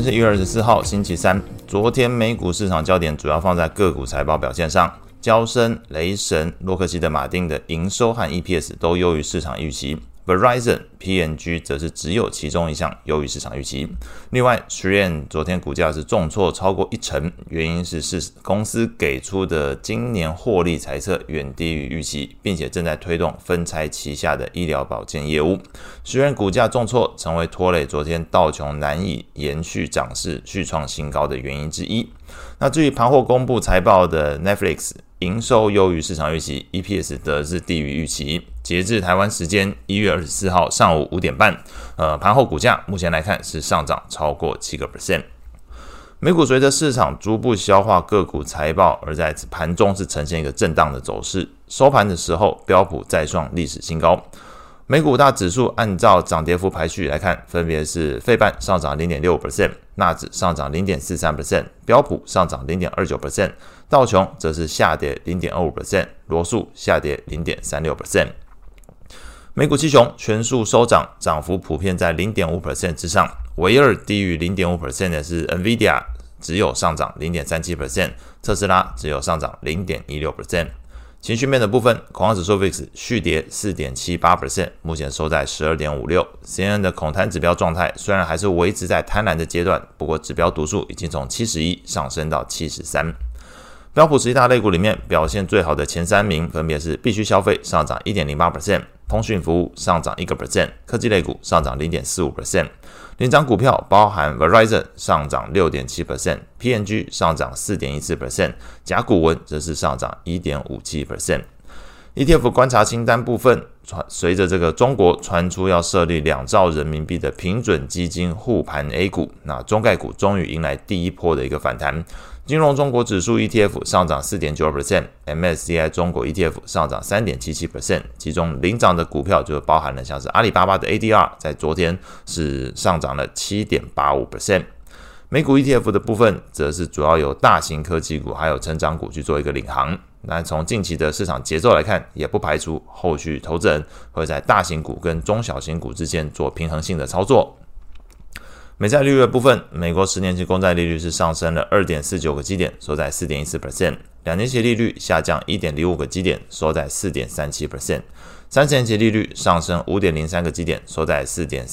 天是1月24号，星期三。昨天美股市场焦点主要放在个股财报表现上，交生、雷神、洛克希德马丁的营收和 EPS 都优于市场预期。Verizon、P&G 则是只有其中一项优于市场预期。另外 Shein 昨天股价是重挫超过1成，原因是公司给出的今年获利财测远低于预期，并且正在推动分拆旗下的医疗保健业务。Shein 股价重挫成为拖累昨天道琼难以延续涨势续创新高的原因之一。那至于盘后公布财报的 Netflix， 营收优于市场预期， EPS 则是低于预期。截至台湾时间1月24号上午5点半，盘后股价目前来看是上涨超过7%。美股随着市场逐步消化个股财报，而在盘中是呈现一个震荡的走势。收盘的时候，标普再创历史新高。美股大指数按照涨跌幅排序来看，分别是费半上涨 0.65%， 纳指上涨 0.43%， 标普上涨 0.29%， 道琼则是下跌 0.25%， 罗素下跌 0.36%。美股七雄全数收涨，涨幅普遍在 0.5% 之上，唯二低于 0.5% 的是 NVIDIA， 只有上涨 0.37%， 特斯拉只有上涨 0.16%。情绪面的部分，恐慌指数 VIX 续跌 4.78%， 目前收在 12.56。 CNN 的恐贪指标状态虽然还是维持在贪婪的阶段，不过指标读数已经从71上升到73。标普11大类股里面表现最好的前3名分别是必需消费上涨 1.08%， 通讯服务上涨 1%， 科技类股上涨 0.45%。领涨股票包含 Verizon 上涨 6.7%， P&G 上涨 4.14%， 甲骨文则是上涨 1.57%。ETF 观察清单部分，随着这个中国传出要设立2兆人民币的平准基金护盘 A 股，那中概股终于迎来第一波的一个反弹。金融中国指数 ETF 上涨 4.92%， MSCI 中国 ETF 上涨 3.77%， 其中领涨的股票就包含了像是阿里巴巴的 ADR， 在昨天是上涨了 7.85%。美股 ETF 的部分则是主要由大型科技股还有成长股去做一个领航。那从近期的市场节奏来看，也不排除后续投资人会在大型股跟中小型股之间做平衡性的操作。美债利率的部分，美国10年期公债利率是上升了 2.49 个基点，收在 4.14%， 2年期利率下降 1.05 个基点，收在 4.37%， 30年期利率上升 5.03 个基点，收在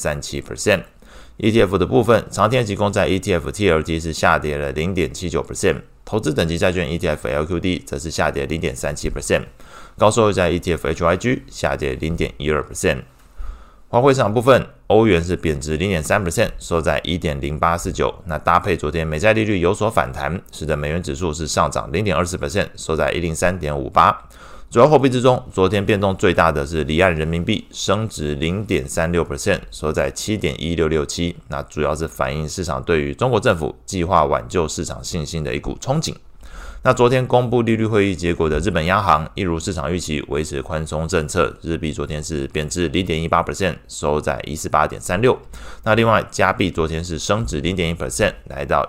4.37%。 ETF 的部分，长天期公债 ETF TLT 是下跌了 0.79%， 投资等级债券 ETF LQD 则是下跌 0.37%， 高收益债 ETF HYG 下跌 0.12%。华汇市场部分，欧元是贬值 0.3%， 收在 1.0849， 那搭配昨天美债利率有所反弹，使得美元指数是上涨 0.24%， 收在 103.58。 主要货币之中，昨天变动最大的是离岸人民币升值 0.36%， 收在 7.1667， 那主要是反映市场对于中国政府计划挽救市场信心的一股憧憬。那昨天公布利率会议结果的日本央行，一如市场预期维持宽松政策，日币昨天是贬值 0.18%， 收在 148.36。 那另外加币昨天是升值 0.1%， 来到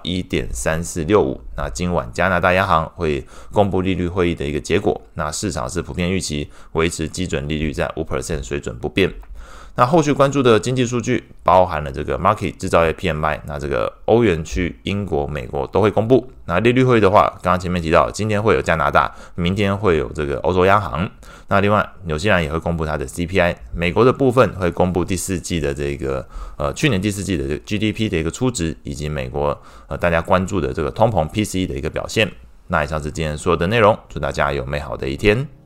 1.3465。 那今晚加拿大央行会公布利率会议的一个结果，那市场是普遍预期维持基准利率在 5% 水准不变。那后续关注的经济数据包含了这个 Market 制造业 PMI， 那这个欧元区、英国、美国都会公布。那利率会议的话，刚刚前面提到，今天会有加拿大，明天会有这个欧洲央行。那另外纽西兰也会公布它的 CPI， 美国的部分会公布第4季的这个去年第4季的这个 GDP 的一个初值，以及美国大家关注的这个通膨 PCE 的一个表现。那以上是今天所有的内容，祝大家有美好的一天。